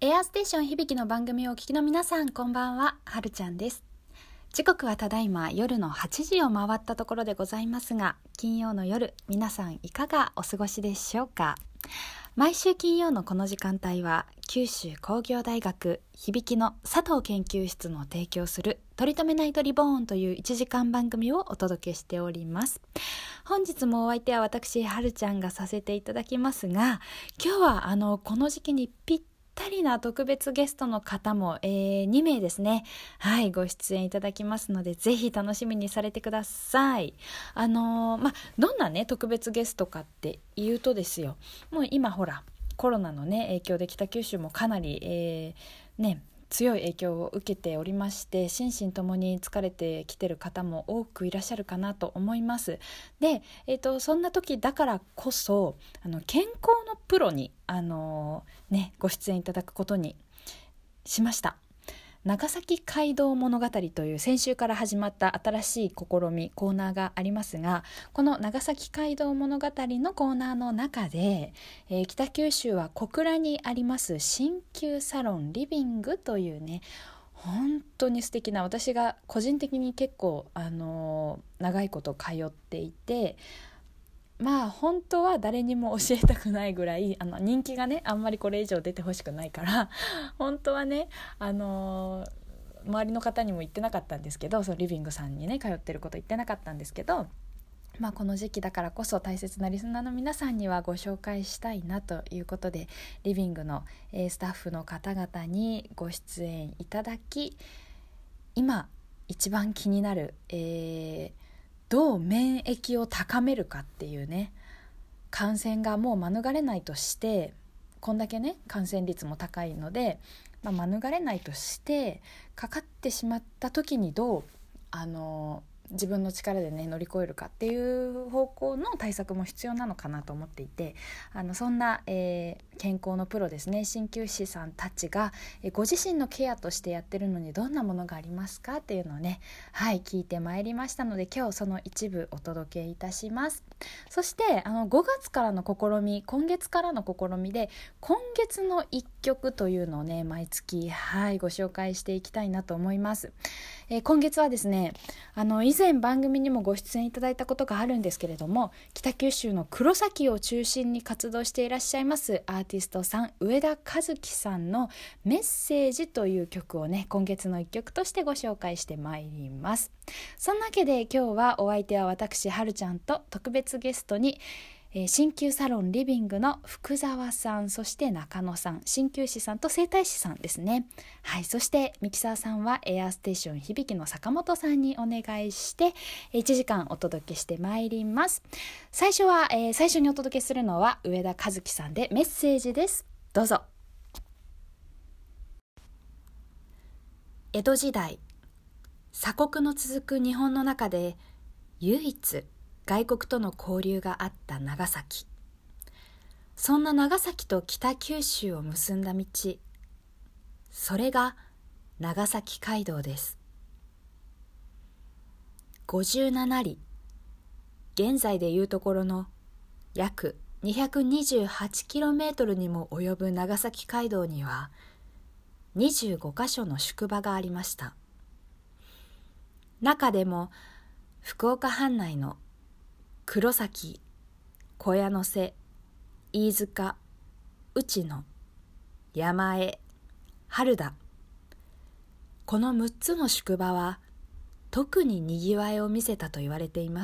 エアステーション響きの番組をお聞きの皆さん、こんばんは、はるちゃんです。時刻はただいま夜の8時を回ったところでございますが、金曜の夜、皆さんいかがお過ごしでしょうか。毎週金曜のこの時間帯は、九州工業大学響きの佐藤研究室の提供するとりとめナイトリボーンという1時間番組をお届けしております。本日もお相手は私、はるちゃんがさせていただきますが、今日はこの時期にぴったりな特別ゲストの方も、2名ですね、ご出演いただきますので、ぜひ楽しみにされてください。どんなね特別ゲストかっていうとですよ、もう今ほらコロナのね影響で北九州もかなり、強い影響を受けておりまして、心身ともに疲れてきてる方も多くいらっしゃるかなと思います。で、そんな時だからこそ健康のプロにご出演いただくことにしました。長崎街道物語という先週から始まった新しい試みコーナーがありますが、この長崎街道物語のコーナーの中で、北九州は小倉にあります鍼灸サロンリビングというね、本当に素敵な、私が個人的に結構長いこと通っていて、本当は誰にも教えたくないぐらい人気がねあんまりこれ以上出てほしくないから本当はね周りの方にも言ってなかったんですけど、そのリビングさんにね通ってること言ってなかったんですけど、この時期だからこそ大切なリスナーの皆さんにはご紹介したいなということで、リビングのスタッフの方々にご出演いただき、今一番気になる、どう免疫を高めるかっていうね、感染がもう免れないとして、こんだけね感染率も高いので、免れないとしてかかってしまった時にどう自分の力でね乗り越えるかっていう方向の対策も必要なのかなと思っていて、そんな、健康のプロですね、鍼灸師さんたちが、ご自身のケアとしてやってるのにどんなものがありますかっていうのをね、聞いてまいりましたので、今日その一部お届けいたします。そして5月からの試み、今月からの試みで今月の一曲というのをね毎月ご紹介していきたいなと思います。今月はですね、以前番組にもご出演いただいたことがあるんですけれども、北九州の黒崎を中心に活動していらっしゃいますアーティストさん、上田和樹さんのメッセージという曲をね今月の一曲としてご紹介してまいります。そんなわけで今日はお相手は私はるちゃんと、特別ゲストに鍼灸サロンリビングの福沢さん、そして中野さん、鍼灸師さんと整体師さんですね。そしてミキサーさんはエアステーション響きの坂本さんにお願いして1時間お届けしてまいります。最初にお届けするのは上田和樹さんでメッセージです。どうぞ。江戸時代、鎖国の続く日本の中で唯一外国との交流があった長崎。そんな長崎と北九州を結んだ道、それが長崎街道です。57里、現在でいうところの約 228km にも及ぶ長崎街道には25カ所の宿場がありました。中でも福岡藩内の黒崎、小屋野瀬、飯塚、内野、山江、春田、この6つの宿場は特ににぎわいを見せたと言われています。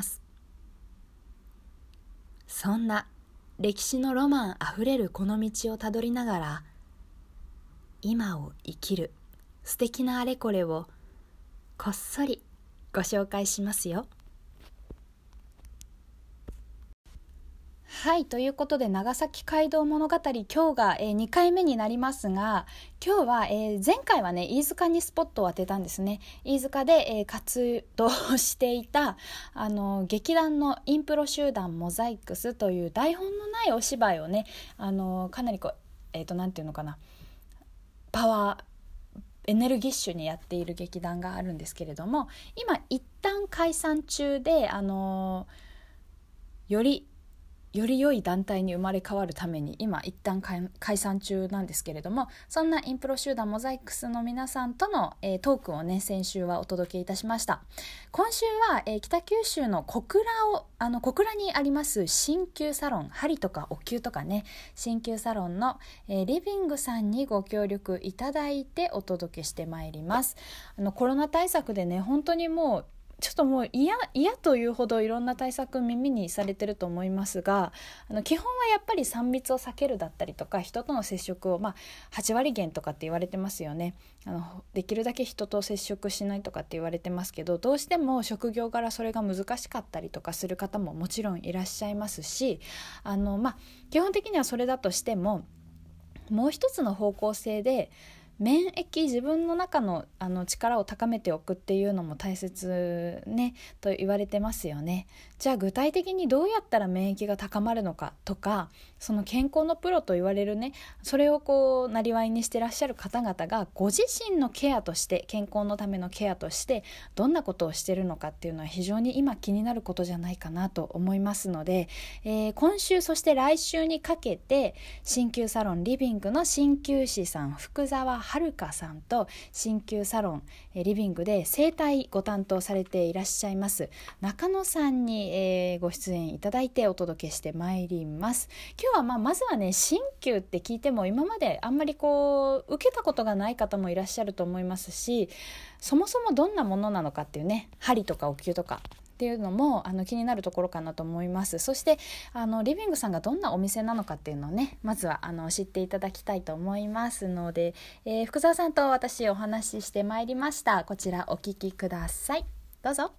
そんな歴史のロマンあふれるこの道をたどりながら、今を生きる素敵なあれこれをこっそりご紹介しますよ。ということで長崎街道物語、今日が、2回目になりますが、今日は、前回はね飯塚にスポットを当てたんですね。飯塚で、活動していた劇団のインプロ集団モザイクスという台本のないお芝居をねかなりなんていうのかな、パワーエネルギッシュにやっている劇団があるんですけれども、今一旦解散中でよりより良い団体に生まれ変わるために今一旦解散中なんですけれども、そんなインプロ集団モザイクスの皆さんとの、トークをね、先週はお届けいたしました。今週は、北九州の小倉にあります鍼灸サロン、針とかお灸とかね、鍼灸サロンの、リビングさんにご協力いただいてお届けしてまいります。コロナ対策でね、本当にもうちょっともう嫌というほどいろんな対策耳にされてると思いますが、基本はやっぱり3密を避けるだったりとか、人との接触を、8割減とかって言われてますよね。できるだけ人と接触しないとかって言われてますけど、どうしても職業柄それが難しかったりとかする方ももちろんいらっしゃいますし、基本的にはそれだとしても、もう一つの方向性で免疫、自分の中の、力を高めておくっていうのも大切ねと言われてますよね。じゃあ具体的にどうやったら免疫が高まるのかとか、その健康のプロと言われるね、それをこうなりわいにしてらっしゃる方々がご自身のケアとして、健康のためのケアとしてどんなことをしているのかっていうのは非常に今気になることじゃないかなと思いますので、今週そして来週にかけて鍼灸サロンリビングの鍼灸師さん福沢遥さんと、鍼灸サロンリビングで整体ご担当されていらっしゃいます中野さんに、ご出演いただいてお届けしてまいります。今日はまずはね、鍼灸って聞いても今まであんまりこう受けたことがない方もいらっしゃると思いますし、そもそもどんなものなのかっていうね、針とかお灸とかっていうのも気になるところかなと思います。そしてリビングさんがどんなお店なのかっていうのをね、まずは知っていただきたいと思いますので、福沢さんと私お話ししてまいりました。こちらお聞きください。どうぞ。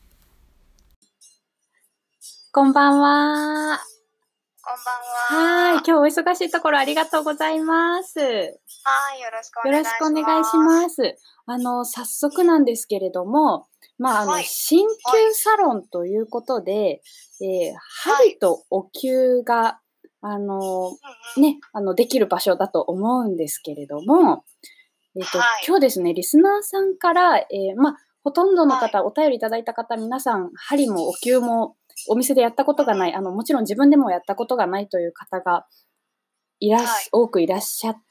こんばんは。 こんばんは。 はい、今日お忙しいところありがとうございます。はい、 よろしくお願いします。 よろしくお願いします。早速なんですけれども、鍼灸サロンということで、針とお灸が、できる場所だと思うんですけれども、今日ですね、リスナーさんから、ほとんどの方、お便りいただいた方、皆さん、針もお灸もお店でやったことがない、もちろん自分でもやったことがないという方が多くいらっしゃって、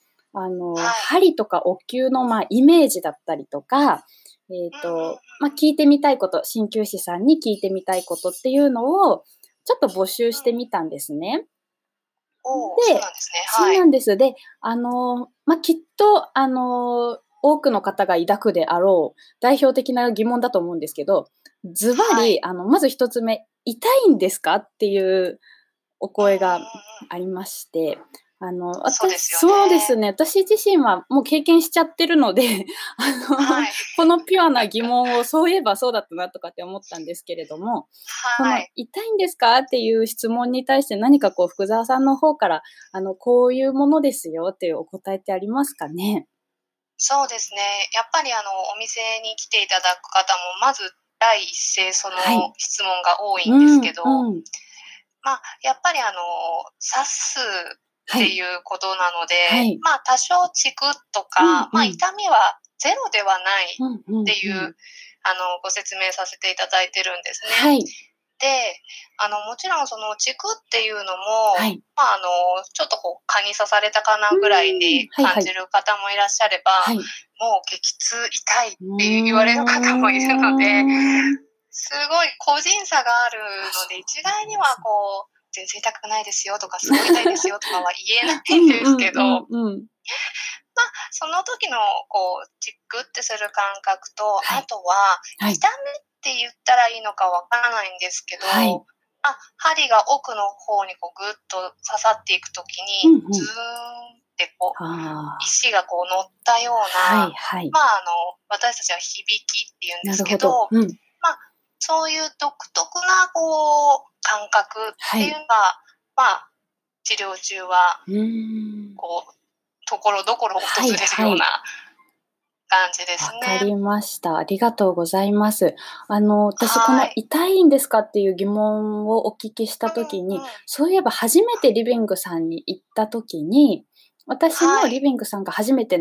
針とかお灸の、イメージだったりとか、聞いてみたいこと、鍼灸師さんに聞いてみたいことっていうのをちょっと募集してみたんですね。 そうなんですね。 そうなんです。で、きっと多くの方が抱くであろう代表的な疑問だと思うんですけど、ズバリまず一つ目、痛いんですかっていうお声がありまして、そうですね。私自身はもう経験しちゃってるので、このピュアな疑問をそういえばそうだったなとかって思ったんですけれども、この痛いんですかっていう質問に対して何かこう福沢さんの方からこういうものですよっていうお答えってありますかね？ そうですね。やっぱりお店に来ていただく方もまず第一声その質問が多いんですけど、やっぱり刺すっていうことなので、多少チクッとか、痛みはゼロではないっていう、ご説明させていただいてるんですね。で、もちろんそのチクっていうのも、ちょっとこう蚊に刺されたかなぐらいに感じる方もいらっしゃれば、もう激痛痛いって言われる方もいるので、すごい個人差があるので、一概にはこう、全然痛くないですよとか、すごい痛いですよとかは言えないんですけど、その時のこう、チクってする感覚と、あとは、痛みって言ったらいいのかわからないんですけど、針が奥の方にこうぐっと刺さっていくときに、ズーンってこう、石がこう乗ったような、私たちは響きって言うんですけど、そういう独特なこう感覚っていうのが、治療中はこうところどころ訪れるような感じですね。 わかりました。ありがとうございます。私この痛いんですかっていう疑問をお聞きしたときに、そういえば初めてリビングさんに行ったときに、私もリビングさんが初めての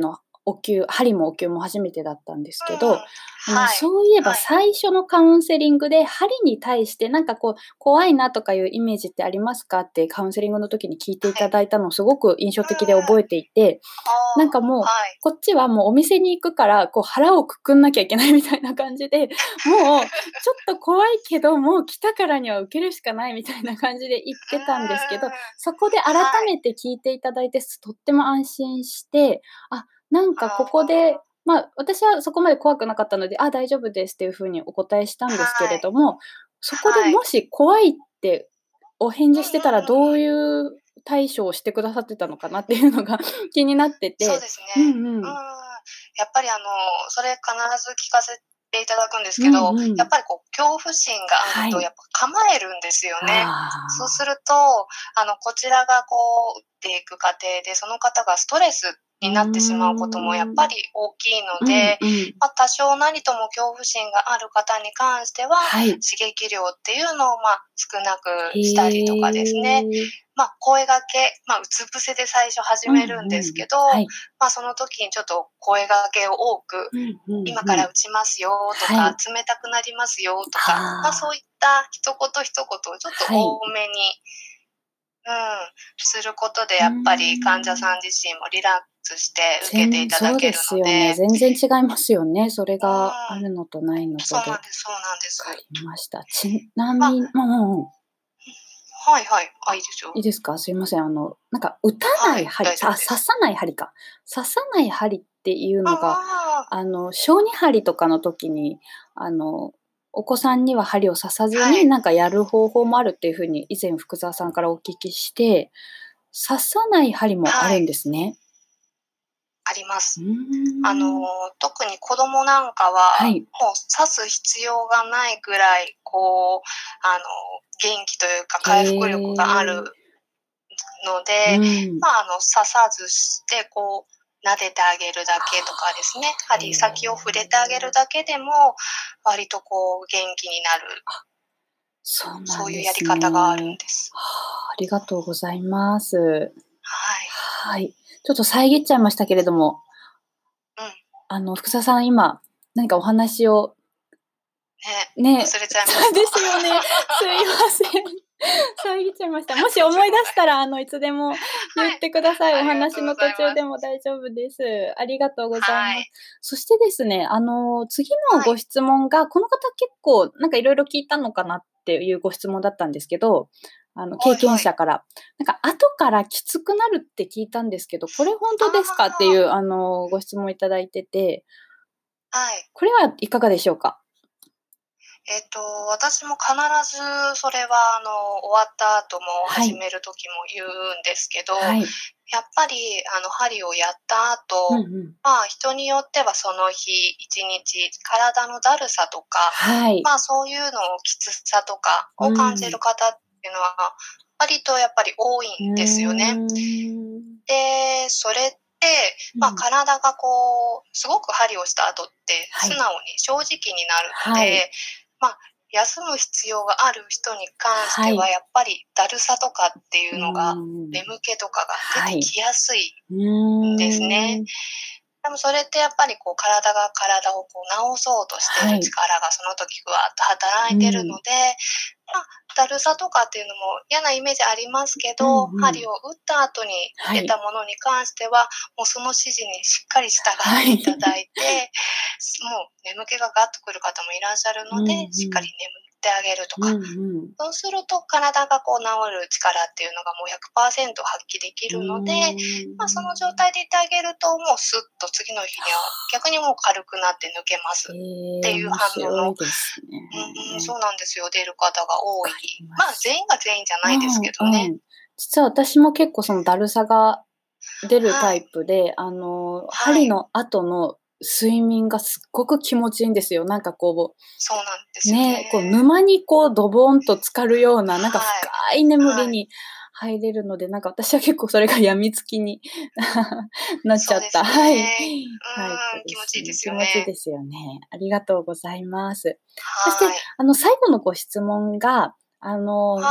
針もお灸も初めてだったんですけど、 はい。 そういえばはい。 最初のカウンセリングで針に対してなんかこう怖いなとかいうイメージってありますかってカウンセリングの時に聞いていただいたのをすごく印象的で覚えていて、なんかもう、 はい。 こっちはもうお店に行くから、こう腹をくくんなきゃいけないみたいな感じで、もうちょっと怖いけど、もう来たからには受けるしかないみたいな感じで言ってたんですけど、そこで改はい。 めて聞いていただいて、とっても安心して、なんかここで、私はそこまで怖くなかったので、大丈夫ですっていう風にお答えしたんですけはい。 れども、そこではい。 もし怖いってお返うんうん事してたらどううん。 いう対処をしてくださってたのかなっていうのが気になってて。 そうですね。 うんうん。 うん。やっぱりそれ必ず聞かせていただくんですうんけど、 うん。 やっぱりこう恐怖心があるとはい。 やっぱ構えるんですよね。そうすああ。 ると、こちらがこう打っていく過程で、その方がストレスうーになってしまうこともやっぱん。 り大きいのうんで、 うん。 多少なりとも恐怖心がある方に関しては、 はい。 刺激量っていうのを少なくへしたりとかですね。 え。 声掛け、うつ伏せで最初始うんめるんですうん。 けど、 はい。 その時にちょっと声掛けを多く、 うんうんうん。 今から打ちますよとか、 はい。 冷たくなりますよとか、そああ。 ういった一言一言をちょっとはい。 多めに、うん、することでうーやっぱり患者さん。 ん自身もリラックスして受けていただそうでけるすよね。 ので、 全然違いますよね。それうん、 があるのとないのとで。 そうなんですそうなんです。 わかりました。ちなまあ、 みにうんうんうん。 はいはい。いあ、 いですよ。 いいですか？すいません。なんか打たなはい、 い針、刺大丈夫です。 さない針か。刺さない針っていうのが、 ああ、 小児針とかの時に、お子さんには針を刺さずに、 はい、 なんかやる方法もあるっていう風に以前福沢さんからお聞きして、刺さない針もあるんはい、 ですね。 ありまうーす。 ん。 特に子供なんかは、 はい。 もう刺す必要がないぐらい、こう、元気というかへ回復力があるえ。 のうで、 ん。 刺さずして、こう、撫でてあげるだけとかですね、 へ針先を触れてあげるえ。 だけでも、割とこう、元気になる、 そうなそういうんですやり方があるんね。 です。 ありがとうございます。 はい。 はい。ちょっと遮っちゃいましたけれども、 うん。 福澤さん、今、何かお話をね、 ね、 忘れちゃいまそうした。 ですよね。すいません。遮っちゃいました。もし思い出とんでもない。 したら、いつでも言はい。 ってください。おありがとうご話の途ざいます。 中でも大丈夫です。ありがとうございます。 はい。 そしてですね、次のごはい。 質問が、この方結構なんかいろいろ聞いたのかなっていうご質問だったんですけど、経はいはい。 験者から、なんか後からきつくなるって聞いたんですけど、これ本当ですかっていあう、ご質問いただいてて、 あ、はい。 これはいかがでしょうか？ 私も必ずそれは、終わった後もはい。 始める時も言うんですけど、 はい。 やっぱり、針をやった後、 うんうん。 人によってはその日一日、体のだるさとか、 はい。 そういうのをきつさとかうを感じるん。 方っていうのは、割とやっぱり多いうんですよね。 ーん。 で、それって、 うん。 体がこう、すごく針をした後ってはい。 素直に正直になるのはい。 で、休む必要がある人に関しては、 はい。 やっぱりだるさとかっていうーうのが、 ん。 眠気とかが出はい。 てきやすいうんですね。 ーん。 でもそれってやっぱりこう体が体をこう治そうとしているはい。 力がその時ぐわっと働いてるうん。 ので、だるさとかっていうのも嫌なイメージありますけうんど、 うん。 針を打った後に出たはい。 ものに関しては、もうその指示にしっかり従はい。 っていただいて、もう眠気がガッとくる方もいらっしゃるうんので、しっかりうん。 眠ってあげるとか、 うんうん。 そうすると体がこう治る力っていうのがもう100%発揮できうーるので、その状ん。 態でいてあげると、もうスッと次の日には逆にもう軽くなって抜けますっていう面反応の、 白いですね。 そうなんですよ、出る方が多い。 わかりまし全員が全員じゃた。 ないですけどね。 うんうん。実は私も結構そのだるさが出るタイはい。 プで、 はい。 針の後の睡眠がすっごく気持ちいいんですよ。なんかこそうなんですよね、こうね。 沼にこうドボンと浸かるような、なんか深はい。 い眠はい。 りに入れるので、なんか私は結構それが病みつきになっちゃった。 そうですはい。 ね。 タイプ気持ちいいでですね。気持ちいいすよね。 ですよね。ありがとうございます。そして、 はい。 最後のご質問が、あの、 はい。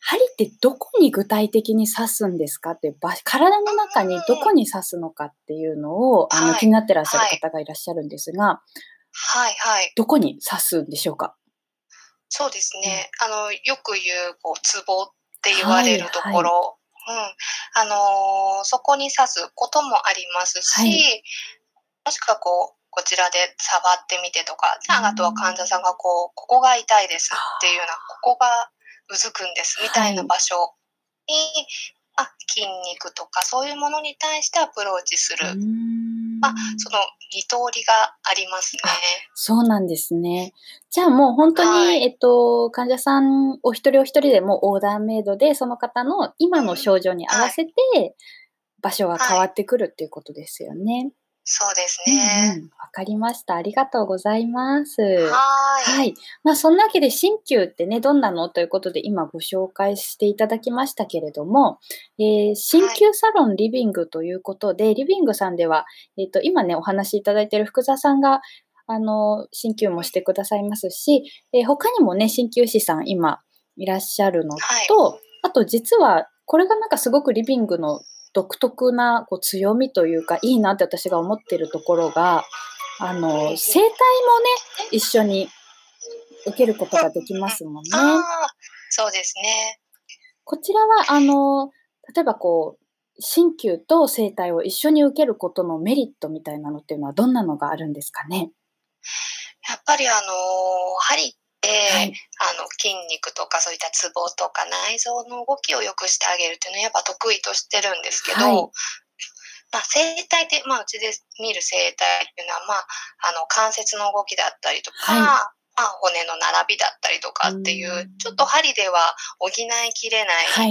針ってどこに具体的に刺すんですかっていう体の中にどこに刺すのかっていうのを、気になってらっしゃる方がいらっしゃるんですが、 はいはい。 どこに刺すんでしょうか？ そうですね。よく言う、ツボって言わはいれるところ、そこに刺すこともありますし、もしくはこちらで触ってみてとか、あとは患者さんがここが痛いですっていうような、ここがうずくんですみたいな場所に、筋肉とかそういうものに対してアプローチする。その二通りがありますね。 そうなんですね。じゃあもう本当に、患者さんお一人お一人でもオーダーメイドで、その方の今の症状に合わせて、場所が変わってくるっていうことですよね。 そうですね。 わかりました。ありがとうございます。 はい。 そんなわけで鍼灸ってね、どんなのということで今ご紹介していただきましたけれども、鍼灸サロンリビングということで、リビングさんでは、今ね、お話しいただいている福澤さんが、鍼灸もしてくださいますし、他にもね、鍼灸師さん今いらっしゃるのと、あと実は、これがなんかすごくリビングの独特な強みというか、いいなって私が思ってるところが、整体もね、一緒に受けることができますもんね。 そうですね。 こちらは、例えば鍼灸と整体を一緒に受けることのメリットみたいなのっていうのはどんなのがあるんですかね？ やっぱり針って、筋肉とかそういったツボとか内臓の動きを良くしてあげるっていうのはやっぱ得意としてるんですけど、整体って、うちで見る整体っていうのは、関節の動きだったりとか、骨の並びだったりとかっていう、ちょっと針では補いきれない、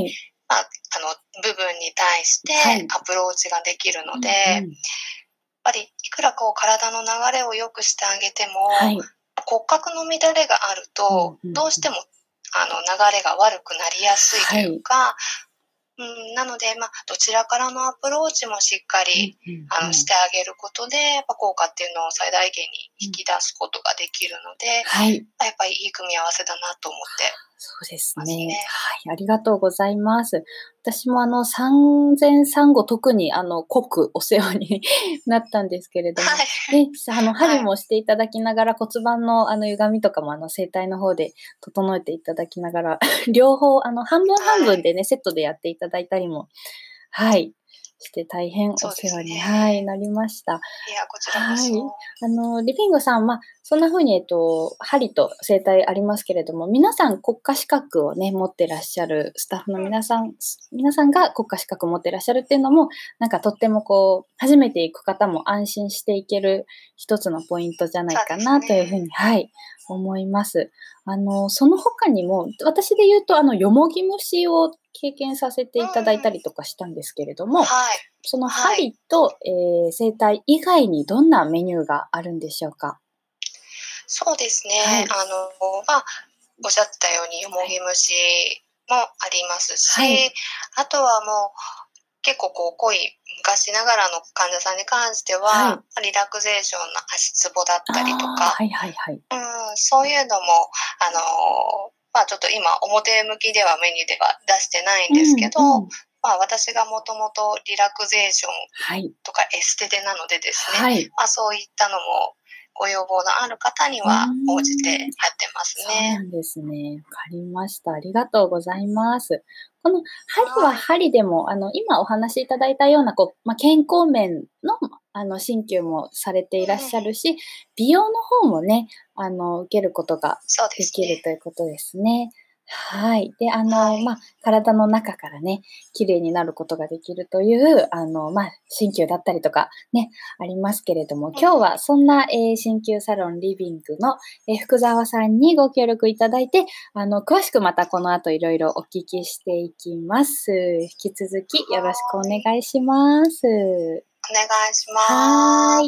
部分に対してアプローチができるので、やっぱりいくら体の流れを良くしてあげても、骨格の乱れがあると、どうしても流れが悪くなりやすいというか、なので、どちらからのアプローチもしっかり、してあげることで、やっぱ効果っていうのを最大限に引き出すことができるので、やっぱりいい組み合わせだなと思ってそうですね。ありがとうございます。私も産前産後特に濃くお世話になったんですけれども、針もしていただきながら骨盤の歪みとかも整体の方で整えていただきながら、両方半分半分でね、セットでやっていただいたりも、して大変お世話に、なりました。 いや、こちらこそ。 リビングさん、そんな風に、針と整体ありますけれども、皆さん国家資格をね、持ってらっしゃるスタッフの皆さんが国家資格を持ってらっしゃるっていうのも、なんかとっても初めて行く方も安心していける一つのポイントじゃないかなというふうに、思います。その他にも、私で言うと、よもぎ蒸しを経験させていただいたりとかしたんですけれども、その針と、整体以外にどんなメニューがあるんでしょうか？ そうですね。おっしゃってたようによもぎ蒸しもありますし、あとはもう結構濃い昔ながらの患者さんに関しては、リラクゼーションの足つぼだったりとか、そういうのも、ちょっと今表向きではメニューでは出してないんですけど、私がもともとリラクゼーションとかエステテなのでですね、そういったのもご要望のある方には応じてやってますね。 そうなんですね。わかりました。ありがとうございます。この針は針でも、今お話しいただいたような、健康面の、鍼灸もされていらっしゃるし、美容の方もね、受けることができるということですね。で、体の中からね、綺麗になることができるという、鍼灸だったりとかね、ありますけれども、今日はそんな、鍼灸サロンリビングの、福澤さんにご協力いただいて、詳しくまたこの後いろいろお聞きしていきます。引き続きよろしくお願いします。お願いします。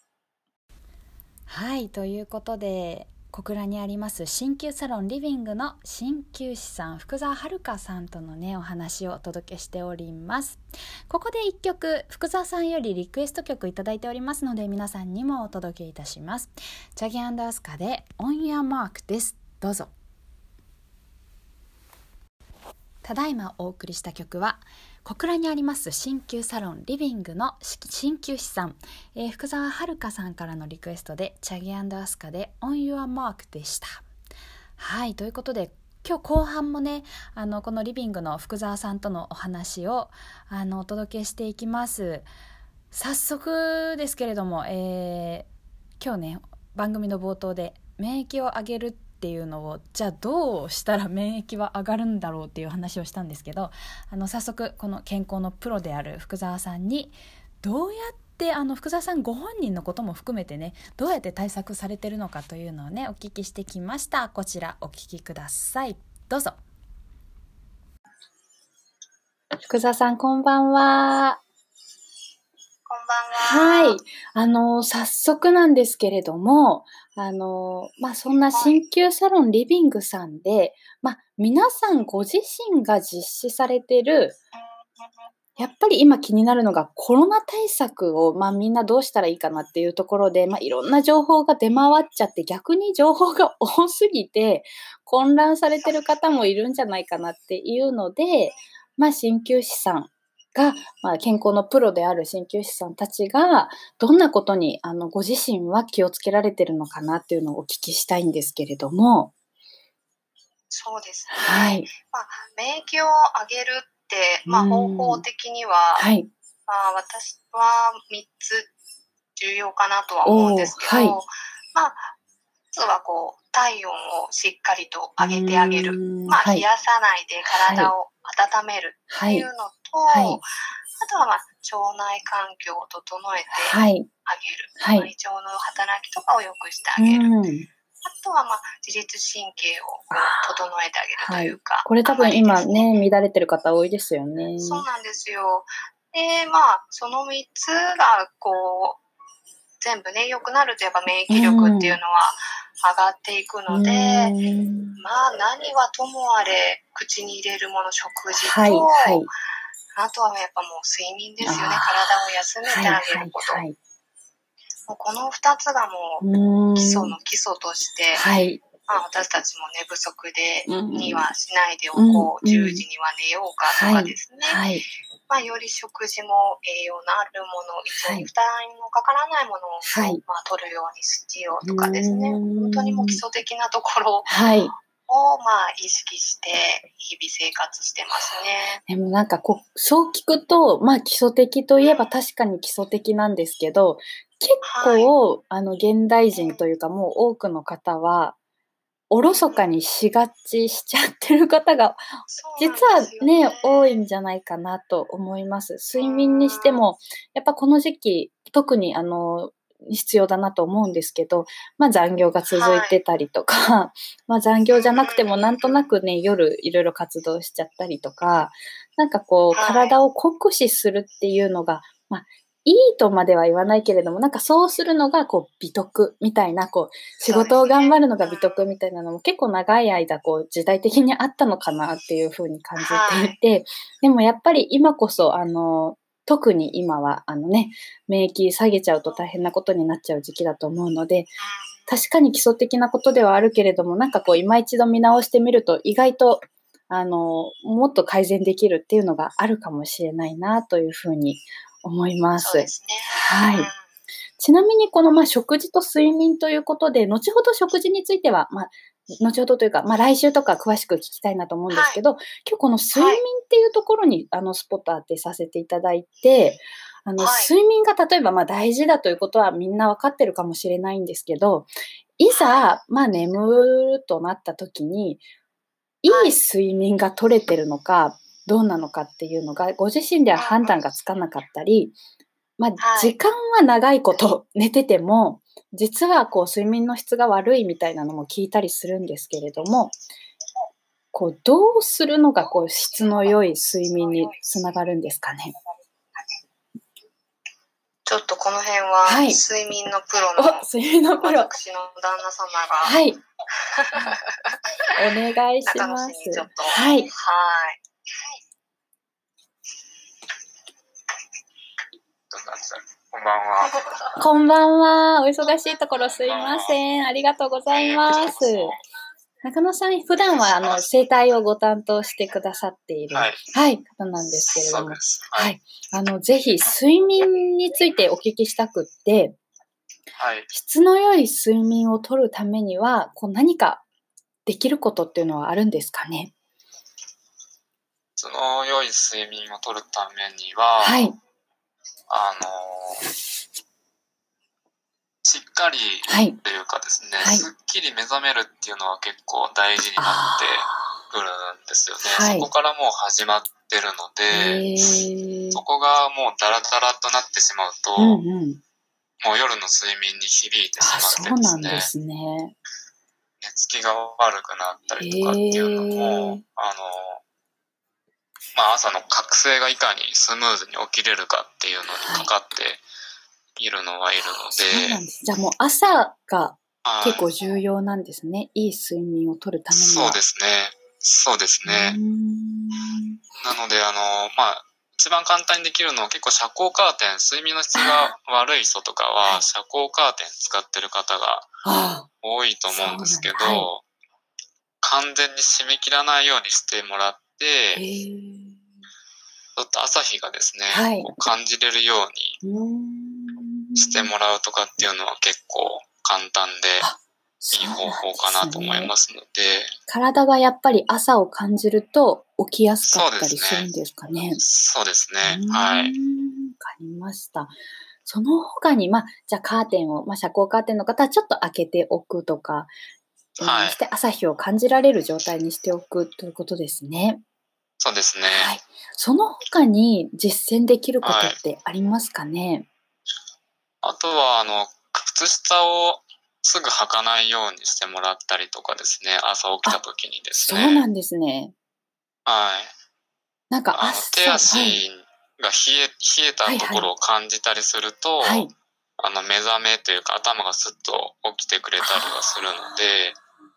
ということで、小倉にあります鍼灸サロンリビングの鍼灸師さん福澤遥さんとのねお話をお届けしております。ここで一曲福澤さんよりリクエスト曲いただいておりますので皆さんにもお届けいたします。チャギ&アスカでオンヤーマークです。どうぞ。 ただいまお送りした曲は小倉にあります鍼灸サロンリビングの鍼灸師さん、福澤遥さんからのリクエストでチャギ&アスカで On Your Mark でした。はい、ということで今日後半もねこのリビングの福澤さんとのお話をお届けしていきます。早速ですけれども、今日ね番組の冒頭で免疫を上げるっていうのをじゃあどうしたら免疫は上がるんだろうっていう話をしたんですけど、早速この健康のプロである福澤さんにどうやって福澤さんご本人のことも含めてねどうやって対策されてるのかというのをねお聞きしてきました。こちらお聞きください。どうぞ。福澤さんこんばんは。 こんばんは。 はい。早速なんですけれども、そんな鍼灸サロンリビングさんで、皆さんご自身が実施されてる、やっぱり今気になるのがコロナ対策を、みんなどうしたらいいかなっていうところで、いろんな情報が出回っちゃって、逆に情報が多すぎて、混乱されてる方もいるんじゃないかなっていうので、鍼灸師さんが、健康のプロである鍼灸師さんたちが、どんなことにご自身は気をつけられてるのかなっていうのをお聞きしたいんですけれども。 そうですね。 はい。 免疫を上げるって、方法的には、 はい。 私は3つ重要かなとは思うんですけど、 はい。 まずは体温をしっかりと上げてあげる。冷やさないで体を温めるっていうのと、あとは腸内環境を整えてあげる。胃腸の働きとかを良くしてあげる。あとは自律神経を整えてあげるというか。 これ多分今ね、乱れてる方多いですよね。 そうなんですよ。で、その3つが全部ね、良くなるとやっぱ免疫力っていうのは上がっていくので、何はともあれ口に入れるもの、食事と、あとはやっぱもう睡眠ですよね。体を休めてあげること。もうこの2つがもう基礎の基礎として、私たちも寝不足でにはしないでおこう、10時には寝ようかとかですね。より食事も栄養のあるもの、胃腸に負担のかからないものを、取るようにしようとかですね。本当にもう基礎的なところを、意識して日々生活してますね。 でもなんかそう聞くと、基礎的といえば確かに基礎的なんですけど、結構、現代人というかもう多くの方は、おろそかにしがちしちゃってる方が、実はね、多いんじゃないかなと思います。睡眠にしても、やっぱこの時期、特に必要だなと思うんですけど、残業が続いてたりとか、残業じゃなくてもなんとなくね、夜いろいろ活動しちゃったりとか、なんか体を酷使するっていうのが、いいとまでは言わないけれども、なんかそうするのが美徳みたいな、仕事を頑張るのが美徳みたいなのも結構長い間時代的にあったのかなっていうふうに感じていて、でもやっぱり今こそ特に今は免疫下げちゃうと大変なことになっちゃう時期だと思うので、確かに基礎的なことではあるけれども、なんか今一度見直してみると意外ともっと改善できるっていうのがあるかもしれないなというふうに思います。 そうですね。 ちなみにこの食事と睡眠ということで、後ほど食事については、後ほどというか、来週とか詳しく聞きたいなと思うんですけど、今日この睡眠っていうところにスポット当てさせていただいて、睡眠が例えば大事だということはみんな分かってるかもしれないんですけど、いざ、眠るとなった時に、いい睡眠が取れてるのか、どうなのかっていうのが、ご自身では判断がつかなかったり、時間は長いこと寝てても、実は睡眠の質が悪いみたいなのも聞いたりするんですけれども、どうするのが質の良い睡眠につながるんですかね。 ちょっとこの辺は、睡眠のプロの、私の旦那様が、 お願いします。 ちょっと、 こんばんは。 こんばんは。お忙しいところすいません。ありがとうございます。 中野さん、普段は整体をご担当してくださっている、 はい、 はい、方なんですけれども、 そうです。 はい。ぜひ、睡眠についてお聞きしたくって、 はい。 質の良い睡眠をとるためには、何かできることっていうのはあるんですかね？ 質の良い睡眠をとるためには、 はい。 しっかりというかですね、 はい、 すっきり目覚めるっていうのは結構大事になってくるんですよね。 はい、 そこからもう始まってるので、そこがもうダラダラとなってしまうと、もう夜の睡眠に響いてしまってですね、 ですね。 寝つきが悪くなったりとかっていうのも、朝の覚醒がいかにスムーズに起きれるかっていうのにかかっているのはいるので。 そうなんです。じゃあもう朝が結構重要なんですね。いい睡眠をとるためには。 そうですね。そうですね。なので、一番簡単にできるのは結構遮光カーテン、睡眠の質が悪い人とかは遮光カーテン使ってる方が多いと思うんですけど、完全に締め切らないようにしてもらって、ちょっと朝日がですね、感じれるようにしてもらうとかっていうのは結構簡単でいい方法かなと思いますので。 体がやっぱり朝を感じると起きやすかったりするんですかね。 そうですね。はい。 わかりました。その他に、じゃあカーテンを、遮光カーテンの方はちょっと開けておくとか、して朝日を感じられる状態にしておくということですね。 そうですね。 はい。その他に実践できることってありますかね？ あとは、靴下をすぐ履かないようにしてもらったりとかですね、朝起きた時にですね。 そうなんですね。 はい。 なんか手足が冷えたところを感じたりすると、目覚めというか頭がスッと起きてくれたりはするので、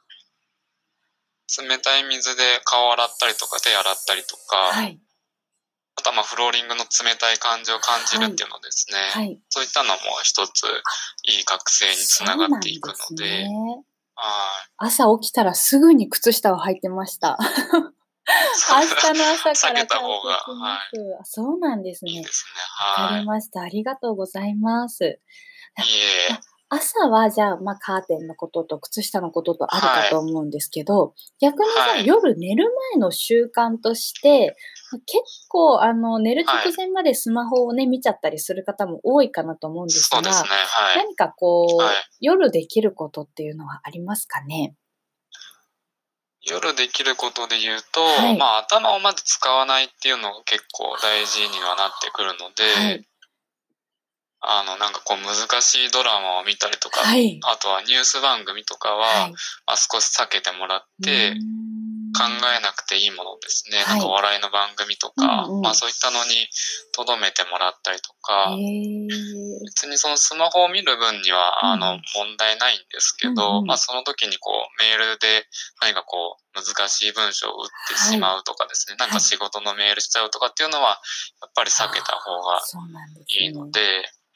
冷たい水で顔洗ったりとか手洗ったりとか、あとはフローリングの冷たい感じを感じるっていうのですね、そういったのも一ついい覚醒につながっていくので、 朝起きたらすぐに靴下を履いてました。明日の朝から避けた方が、 そうなんですね。 いいですね。 わかりました。ありがとうございます。 いえ。 朝はじゃあ、カーテンのことと靴下のこととあるかと思うんですけど、逆にじゃあ夜寝る前の習慣として、結構寝る直前までスマホをね、見ちゃったりする方も多いかなと思うんですが、何か夜できることっていうのはありますかね？ 夜できることで言うと、頭をまず使わないっていうのが結構大事にはなってくるので、なんか難しいドラマを見たりとか、あとはニュース番組とかは、少し避けてもらって、考えなくていいものですね。なんか笑いの番組とか、そういったのに留めてもらったりとか、別にそのスマホを見る分には、問題ないんですけど、その時にメールで何か難しい文章を打ってしまうとかですね、なんか仕事のメールしちゃうとかっていうのは、やっぱり避けた方がいいので、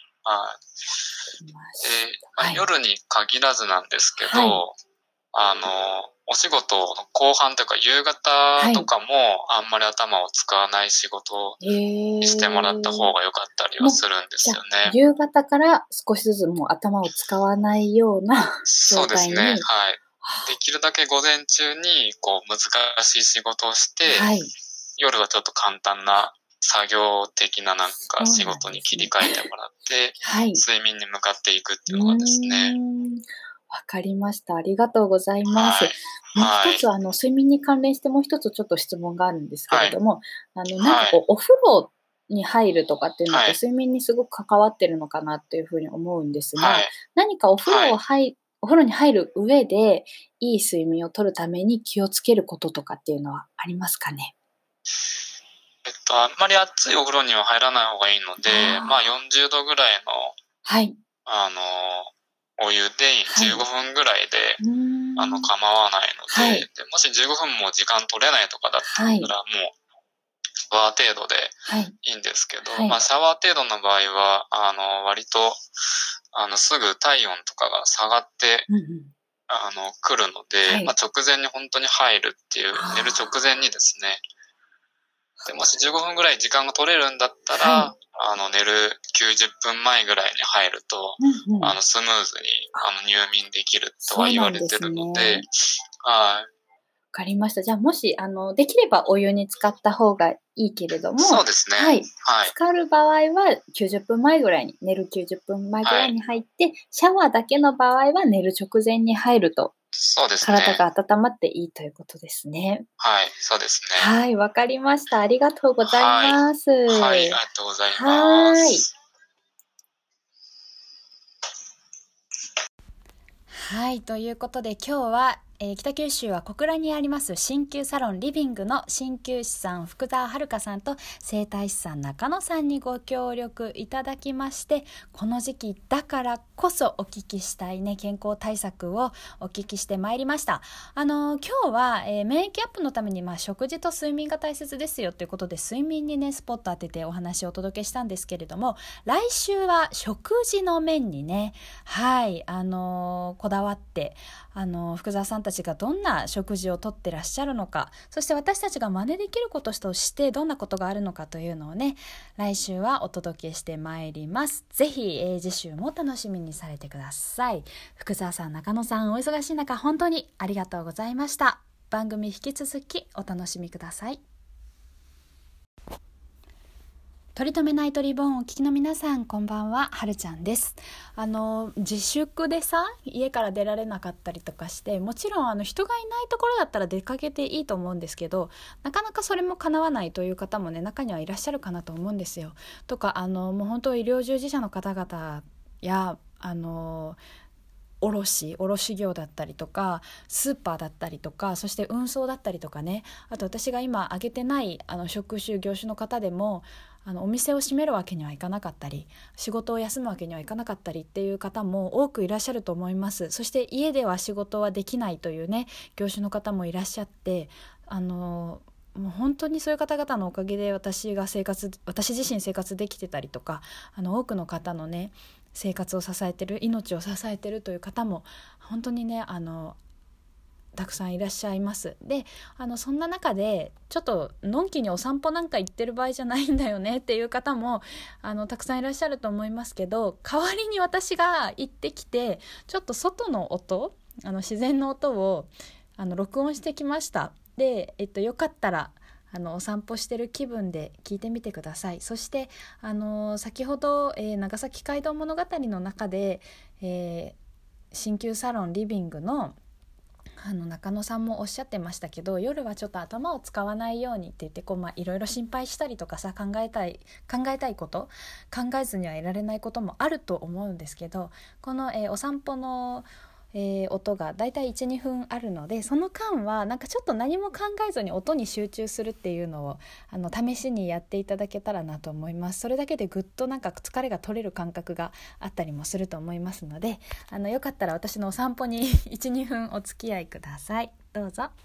夜に限らずなんですけど、お仕事の後半というか夕方とかもあんまり頭を使わない仕事にしてもらった方が良かったりはするんですよね。 夕方から少しずつもう頭を使わないような状態に。 そうですね。はい。できるだけ午前中に難しい仕事をして、夜はちょっと簡単な作業的ななんか仕事に切り替えてもらって、睡眠に向かっていくっていうのがですね。 わかりました。ありがとうございます。もう一つ睡眠に関連してもう一つちょっと質問があるんですけれども、なんかお風呂に入るとかっていうのって睡眠にすごく関わってるのかなっていうふうに思うんですが、何かお風呂に入る上でいい睡眠をとるために気をつけることとかっていうのはありますかね？ あんまり熱いお風呂には入らない方がいいので、40度ぐらいの、お湯で15分ぐらいで、構わないので、もし15分も時間取れないとかだったら、もう、シャワー程度でいいんですけど、シャワー程度の場合は、割と、すぐ体温とかが下がって来るので、直前に本当に入るっていう、寝る直前にですね。でもし15分ぐらい時間が取れるんだったら、寝る90分前ぐらいに入ると、スムーズに入眠できるとは言われてるので、 わかりました。じゃあもし、できればお湯に浸かった方がいいけれども、 そうですね。 浸かる場合は90分前ぐらいに、寝る90分前ぐらいに入って、シャワーだけの場合は寝る直前に入ると、 そうですね。 体が温まっていいということですね。 はい、そうですね。 はい、わかりました。ありがとうございます。 はい、ありがとうございます。 はい、ということで今日は、北九州は小倉にあります鍼灸サロンリビングの鍼灸師さん福澤遥さんと整体師さん中野さんにご協力いただきまして、この時期だからこそお聞きしたいね健康対策をお聞きしてまいりました。今日は、免疫アップのために、食事と睡眠が大切ですよということで睡眠にねスポット当ててお話をお届けしたんですけれども、来週は食事の面にねこだわって福澤さんたちがどんな食事をとってらっしゃるのか、そして私たちが真似できることとしてどんなことがあるのかというのをね来週はお届けしてまいります。ぜひ、次週も楽しみにされてください。福澤さん中野さんお忙しい中本当にありがとうございました。番組引き続きお楽しみください。取り留めないとリボンをお聞きの皆さんこんばんは、はるちゃんです。自粛でさ家から出られなかったりとかして、もちろん人がいないところだったら出かけていいと思うんですけど、なかなかそれも叶わないという方もね中にはいらっしゃるかなと思うんですよ。とかもう本当医療従事者の方々や卸業だったりとかスーパーだったりとか、そして運送だったりとかね、あと私が今挙げてない職種業種の方でもお店を閉めるわけにはいかなかったり仕事を休むわけにはいかなかったりっていう方も多くいらっしゃると思います。そして家では仕事はできないというね業種の方もいらっしゃって、もう本当にそういう方々のおかげで私自身生活できてたりとか、多くの方のね生活を支えてる、命を支えてるという方も本当にねたくさんいらっしゃいます。でそんな中でちょっとのんきにお散歩なんか行ってる場合じゃないんだよねっていう方もたくさんいらっしゃると思いますけど、代わりに私が行ってきてちょっと外の音自然の音を録音してきました。で、よかったらお散歩してる気分で聞いてみてください。そして先ほど、長崎街道物語の中で、鍼灸サロンリビングの中野さんもおっしゃってましたけど、夜はちょっと頭を使わないようにって言っていろいろ心配したりとかさ考えたいこと考えずにはいられないこともあると思うんですけど、この、お散歩の音がだいたい 1,2 分あるので、その間はなんかちょっと何も考えずに音に集中するっていうのを試しにやっていただけたらなと思います。それだけでぐっとなんか疲れが取れる感覚があったりもすると思いますので、よかったら私のお散歩に 1,2 分お付き合いください。どうぞ。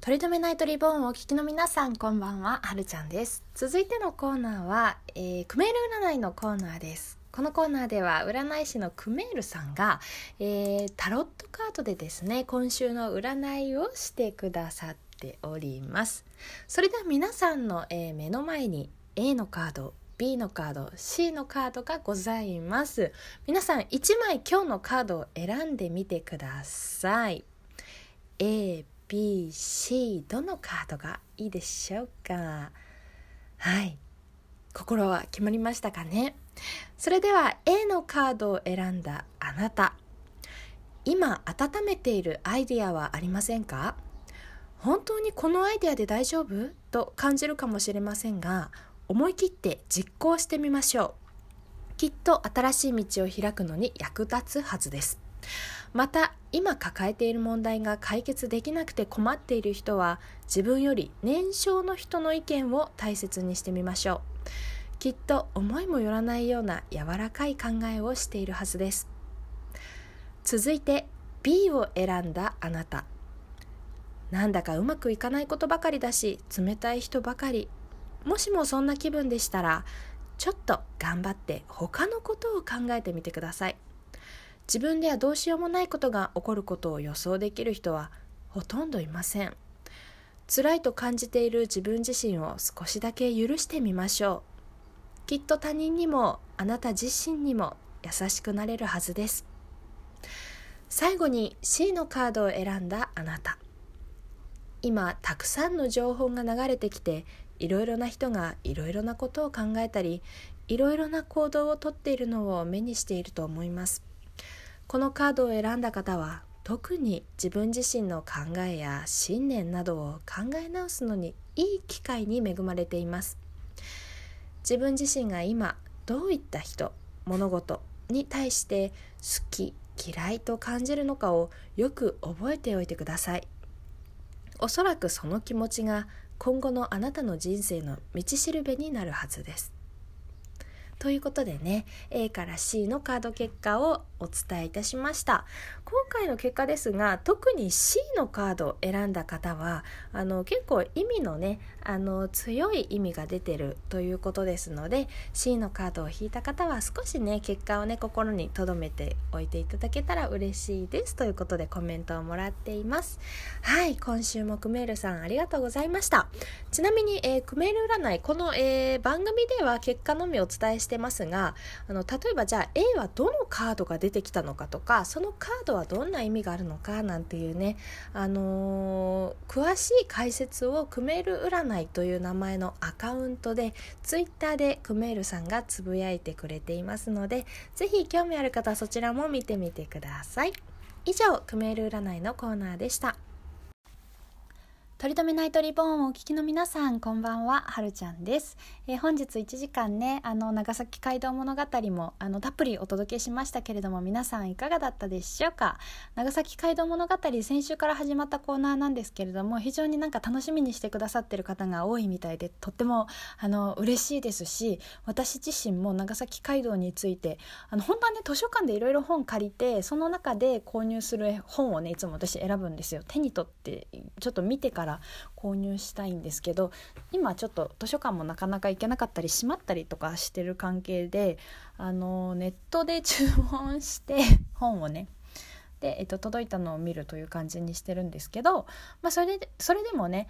取り留めナイトリボーンをお聞きの皆さん、こんばんは、はるちゃんです。続いてのコーナーは、クメール占いのコーナーです。このコーナーでは占い師のクメールさんが、タロットカードでですね、今週の占いをしてくださっております。それでは皆さんの、目の前に A のカード、B のカード、C のカードがございます。皆さん1枚今日のカードを選んでみてください。A、B、C どのカードがいいでしょうか。はい、心は決まりましたかね。それでは A のカードを選んだあなた、今温めているアイデアはありませんか？本当にこのアイデアで大丈夫？と感じるかもしれませんが、思い切って実行してみましょう。きっと新しい道を開くのに役立つはずです。また、今抱えている問題が解決できなくて困っている人は、自分より年少の人の意見を大切にしてみましょう。きっと思いもよらないような柔らかい考えをしているはずです。続いて B を選んだあなた、なんだかうまくいかないことばかりだし、冷たい人ばかり。もしもそんな気分でしたら、ちょっと頑張って他のことを考えてみてください。自分ではどうしようもないことが起こることを予想できる人はほとんどいません。辛いと感じている自分自身を少しだけ許してみましょう。きっと他人にもあなた自身にも優しくなれるはずです。最後に C のカードを選んだあなた、今たくさんの情報が流れてきて、いろいろな人がいろいろなことを考えたり、いろいろな行動をとっているのを目にしていると思います。このカードを選んだ方は、特に自分自身の考えや信念などを考え直すのにいい機会に恵まれています。自分自身が今どういった人、物事に対して好き、嫌いと感じるのかをよく覚えておいてください。おそらくその気持ちが今後のあなたの人生の道しるべになるはずです。ということでね、A から C のカード結果をお伝えいたしました。今回の結果ですが、特に C のカードを選んだ方は結構意味のね強い意味が出てるということですので、 C のカードを引いた方は少しね結果をね心に留めておいていただけたら嬉しいですということでコメントをもらっています。はい、今週もクメールさんありがとうございました。ちなみに、クメール占いこの、番組では結果のみお伝えしてますが、例えばじゃあ A はどのカードが出てきたのかとか、そのカードはどんな意味があるのかなんていうね、詳しい解説をクメール占いという名前のアカウントでツイッターでクメールさんがつぶやいてくれていますので、ぜひ興味ある方はそちらも見てみてください。以上、クメール占いのコーナーでした。取り留めナイトリボーンをお聞きの皆さん、こんばんは、はるちゃんです。本日1時間ね長崎街道物語もたっぷりお届けしましたけれども、皆さんいかがだったでしょうか。長崎街道物語、先週から始まったコーナーなんですけれども、非常に楽しみにしてくださってる方が多いみたいで、とっても嬉しいですし、私自身も長崎街道について本当はね図書館でいろいろ本借りて、その中で購入する本をねいつも私選ぶんですよ。手に取ってちょっと見てから購入したいんですけど、今ちょっと図書館もなかなか行けなかったり閉まったりとかしてる関係でネットで注文して本をねで、届いたのを見るという感じにしてるんですけど、それでもね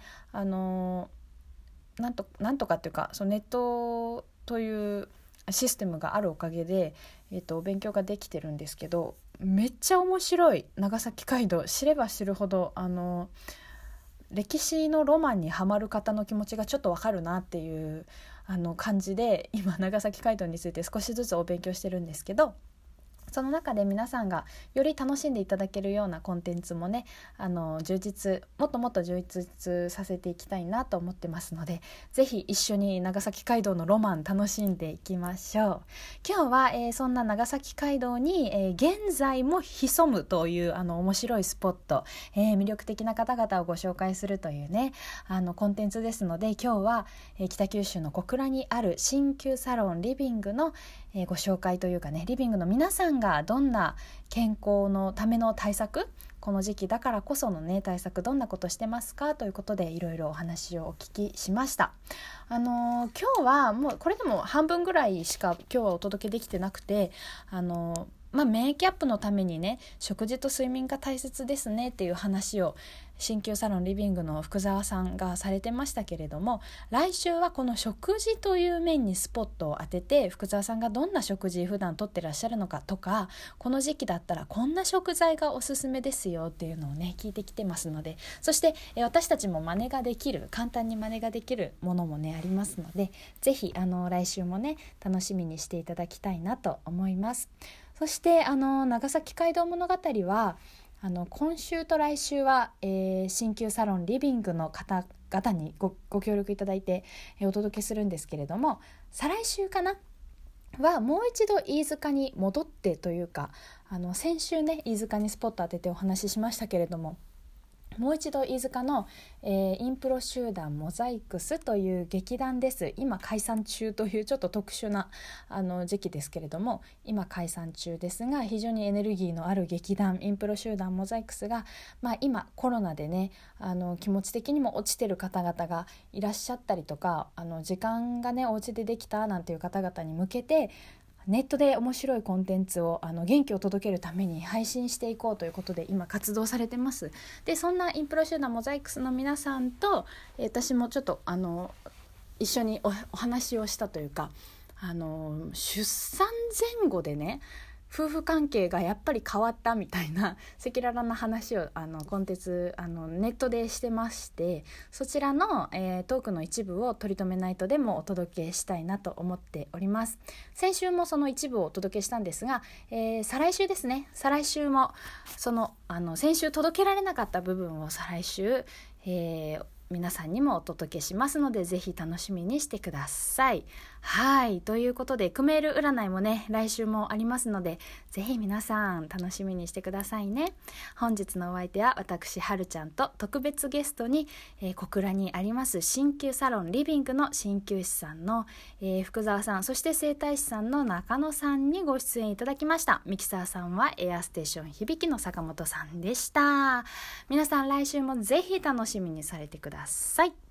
なんとかっていうか、そのネットというシステムがあるおかげで、勉強ができてるんですけど、めっちゃ面白い。長崎街道知れば知るほど歴史のロマンにはまる方の気持ちがちょっとわかるなっていう感じで、今長崎街道について少しずつお勉強してるんですけど、その中で皆さんがより楽しんでいただけるようなコンテンツもねもっともっと充実させていきたいなと思ってますので、ぜひ一緒に長崎街道のロマン楽しんでいきましょう。今日は、そんな長崎街道に、現在も潜むという面白いスポット、魅力的な方々をご紹介するというねコンテンツですので、今日は、北九州の小倉にある鍼灸サロンリビングの、 ご紹介というかね、リビングの皆さんがどんな健康のための対策、この時期だからこそのね対策、どんなことしてますかということでいろいろお話をお聞きしました。今日はもうこれでも半分ぐらいしか今日はお届けできてなくて、免疫アップのためにね、食事と睡眠が大切ですねっていう話を鍼灸サロンリビングの福澤さんがされてましたけれども、来週はこの食事という面にスポットを当てて、福澤さんがどんな食事普段とってらっしゃるのかとか、この時期だったらこんな食材がおすすめですよっていうのをね聞いてきてますので、そして私たちも真似ができる、簡単に真似ができるものもねありますので、ぜひ来週もね楽しみにしていただきたいなと思います。そして長崎街道物語は今週と来週は、鍼灸サロンリビングの方々に ご協力いただいて、お届けするんですけれども、再来週かなはもう一度飯塚に戻ってというか、先週ね飯塚にスポット当ててお話ししましたけれども、もう一度飯塚の、インプロ集団モザイクスという劇団です。今解散中というちょっと特殊な時期ですけれども、今解散中ですが、非常にエネルギーのある劇団インプロ集団モザイクスが、今コロナでね気持ち的にも落ちてる方々がいらっしゃったりとか、時間がねお家でできたなんていう方々に向けて、ネットで面白いコンテンツを元気を届けるために配信していこうということで今活動されてます。でそんなインプロ集団モザイクスの皆さんと、私もちょっと一緒にお話をしたというか、出産前後でね夫婦関係がやっぱり変わったみたいな赤裸々な話をコンテンツネットでしてまして、そちらの、トークの一部を取り留めナイトでもお届けしたいなと思っております。先週もその一部をお届けしたんですが、再来週ですね、再来週もその先週届けられなかった部分を再来週、皆さんにもお届けしますので、ぜひ楽しみにしてください。はい、ということでクメール占いもね来週もありますので、ぜひ皆さん楽しみにしてくださいね。本日のお相手は私はるちゃんと、特別ゲストに、小倉にあります鍼灸サロンリビングの鍼灸師さんの、福澤さん、そして整体師さんの中野さんにご出演いただきました。ミキサーさんはエアステーション響の坂本さんでした。皆さん来週もぜひ楽しみにされてください。